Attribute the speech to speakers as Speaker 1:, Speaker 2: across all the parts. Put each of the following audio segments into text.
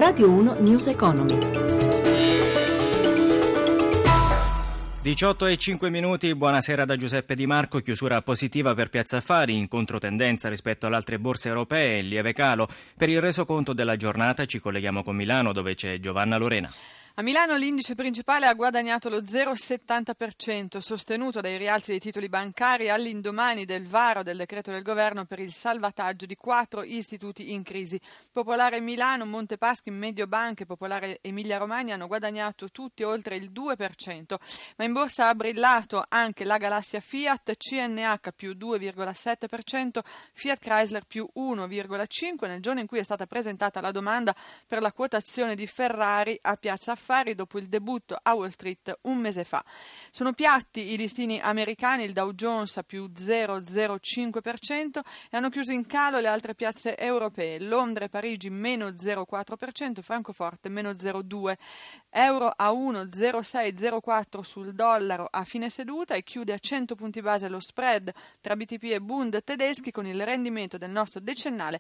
Speaker 1: Radio 1 News Economy.
Speaker 2: 18:05, buonasera da Giuseppe Di Marco. Chiusura positiva per Piazza Affari, in controtendenza rispetto alle altre borse europee, il lieve calo. Per il resoconto della giornata ci colleghiamo con Milano, dove c'è Giovanna Lorena.
Speaker 3: A Milano l'indice principale ha guadagnato lo 0,70%, sostenuto dai rialzi dei titoli bancari all'indomani del varo del decreto del governo per il salvataggio di 4 istituti in crisi. Popolare Milano, Montepaschi, Mediobanca e Popolare Emilia Romagna hanno guadagnato tutti oltre il 2%, ma in borsa ha brillato anche la Galassia Fiat, CNH più 2,7%, Fiat Chrysler più 1,5% nel giorno in cui è stata presentata la domanda per la quotazione di Ferrari a Piazza Affari dopo il debutto a Wall Street un mese fa. Sono piatti i listini americani, il Dow Jones a più 0,05% e hanno chiuso in calo le altre piazze europee, Londra e Parigi meno 0,4%, Francoforte meno 0,2%, euro a 1,0604 sul dollaro a fine seduta e chiude a 100 punti base lo spread tra BTP e Bund tedeschi con il rendimento del nostro decennale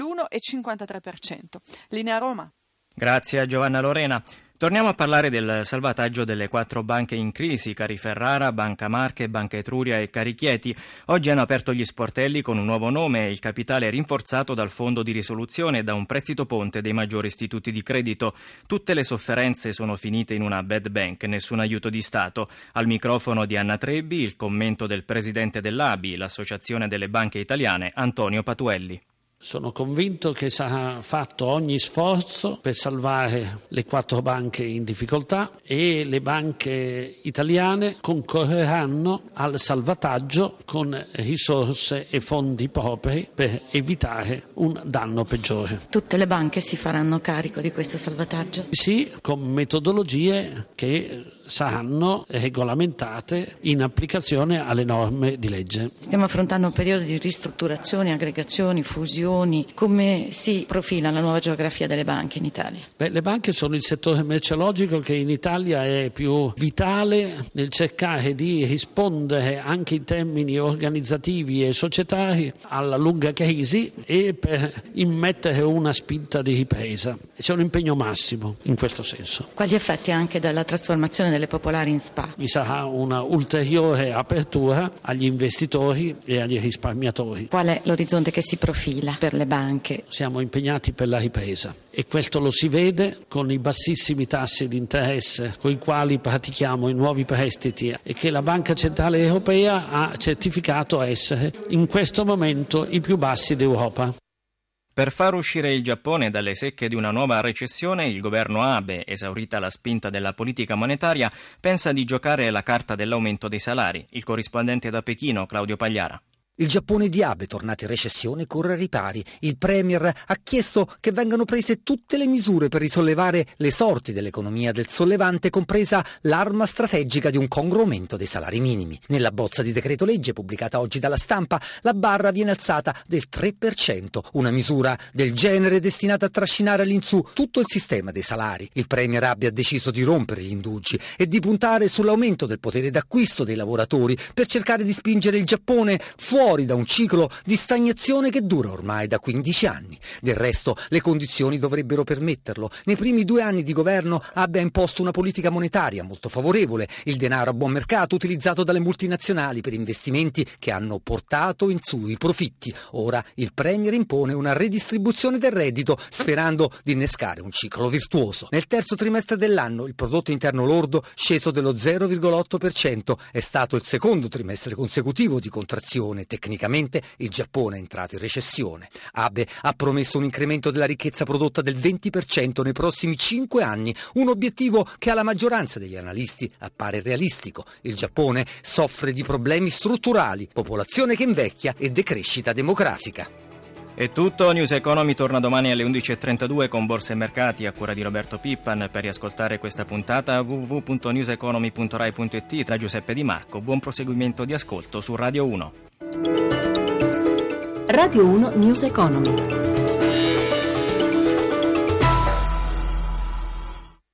Speaker 3: all'1,53%. Linea Roma.
Speaker 2: Grazie a Giovanna Lorena. Torniamo a parlare del salvataggio delle 4 banche in crisi, Cariferrara, Banca Marche, Banca Etruria e Carichieti. Oggi hanno aperto gli sportelli con un nuovo nome e il capitale rinforzato dal fondo di risoluzione e da un prestito ponte dei maggiori istituti di credito. Tutte le sofferenze sono finite in una bad bank, nessun aiuto di Stato. Al microfono di Anna Trebbi, il commento del presidente dell'ABI, l'Associazione delle Banche Italiane, Antonio Patuelli.
Speaker 4: Sono convinto che sarà fatto ogni sforzo per salvare le 4 banche in difficoltà e le banche italiane concorreranno al salvataggio con risorse e fondi propri per evitare un danno peggiore.
Speaker 5: Tutte le banche si faranno carico di questo salvataggio?
Speaker 4: Sì, con metodologie che saranno regolamentate in applicazione alle norme di legge.
Speaker 5: Stiamo affrontando un periodo di ristrutturazioni, aggregazioni, fusioni. Come si profila la nuova geografia delle banche in Italia?
Speaker 4: Le banche sono il settore merceologico che in Italia è più vitale nel cercare di rispondere anche in termini organizzativi e societari alla lunga crisi e per immettere una spinta di ripresa. C'è un impegno massimo in questo senso.
Speaker 5: Quali effetti anche dalla trasformazione delle popolari in SpA?
Speaker 4: Vi sarà una ulteriore apertura agli investitori e agli risparmiatori.
Speaker 5: Qual è l'orizzonte che si profila per le banche?
Speaker 4: Siamo impegnati per la ripresa e questo lo si vede con i bassissimi tassi di interesse con i quali pratichiamo i nuovi prestiti e che la Banca Centrale Europea ha certificato essere in questo momento i più bassi d'Europa.
Speaker 2: Per far uscire il Giappone dalle secche di una nuova recessione, il governo Abe, esaurita la spinta della politica monetaria, pensa di giocare la carta dell'aumento dei salari. Il corrispondente da Pechino, Claudio Pagliara.
Speaker 6: Il Giappone di Abe, tornato in recessione, corre ai ripari. Il premier ha chiesto che vengano prese tutte le misure per risollevare le sorti dell'economia del sollevante, compresa l'arma strategica di un congruo aumento dei salari minimi. Nella bozza di decreto legge pubblicata oggi dalla Stampa, la barra viene alzata del 3%, una misura del genere destinata a trascinare all'insù tutto il sistema dei salari. Il premier Abe ha deciso di rompere gli indugi e di puntare sull'aumento del potere d'acquisto dei lavoratori per cercare di spingere il Giappone fuori da un ciclo di stagnazione che dura ormai da 15 anni. Del resto, le condizioni dovrebbero permetterlo. Nei primi 2 anni di governo Abe ha imposto una politica monetaria molto favorevole, il denaro a buon mercato utilizzato dalle multinazionali per investimenti che hanno portato in su i profitti. Ora il premier impone una redistribuzione del reddito sperando di innescare un ciclo virtuoso. Nel terzo trimestre dell'anno il prodotto interno lordo, sceso dello 0,8%, è stato il secondo trimestre consecutivo di contrazione. Tecnicamente il Giappone è entrato in recessione. Abe ha promesso un incremento della ricchezza prodotta del 20% nei prossimi 5 anni, un obiettivo che alla maggioranza degli analisti appare realistico. Il Giappone soffre di problemi strutturali, popolazione che invecchia e decrescita demografica.
Speaker 2: È tutto, News Economy torna domani alle 11:32 con Borse e Mercati a cura di Roberto Pippan. Per riascoltare questa puntata www.newseconomy.rai.it da Giuseppe Di Marco. Buon proseguimento di ascolto su Radio 1.
Speaker 1: Radio 1 News Economy.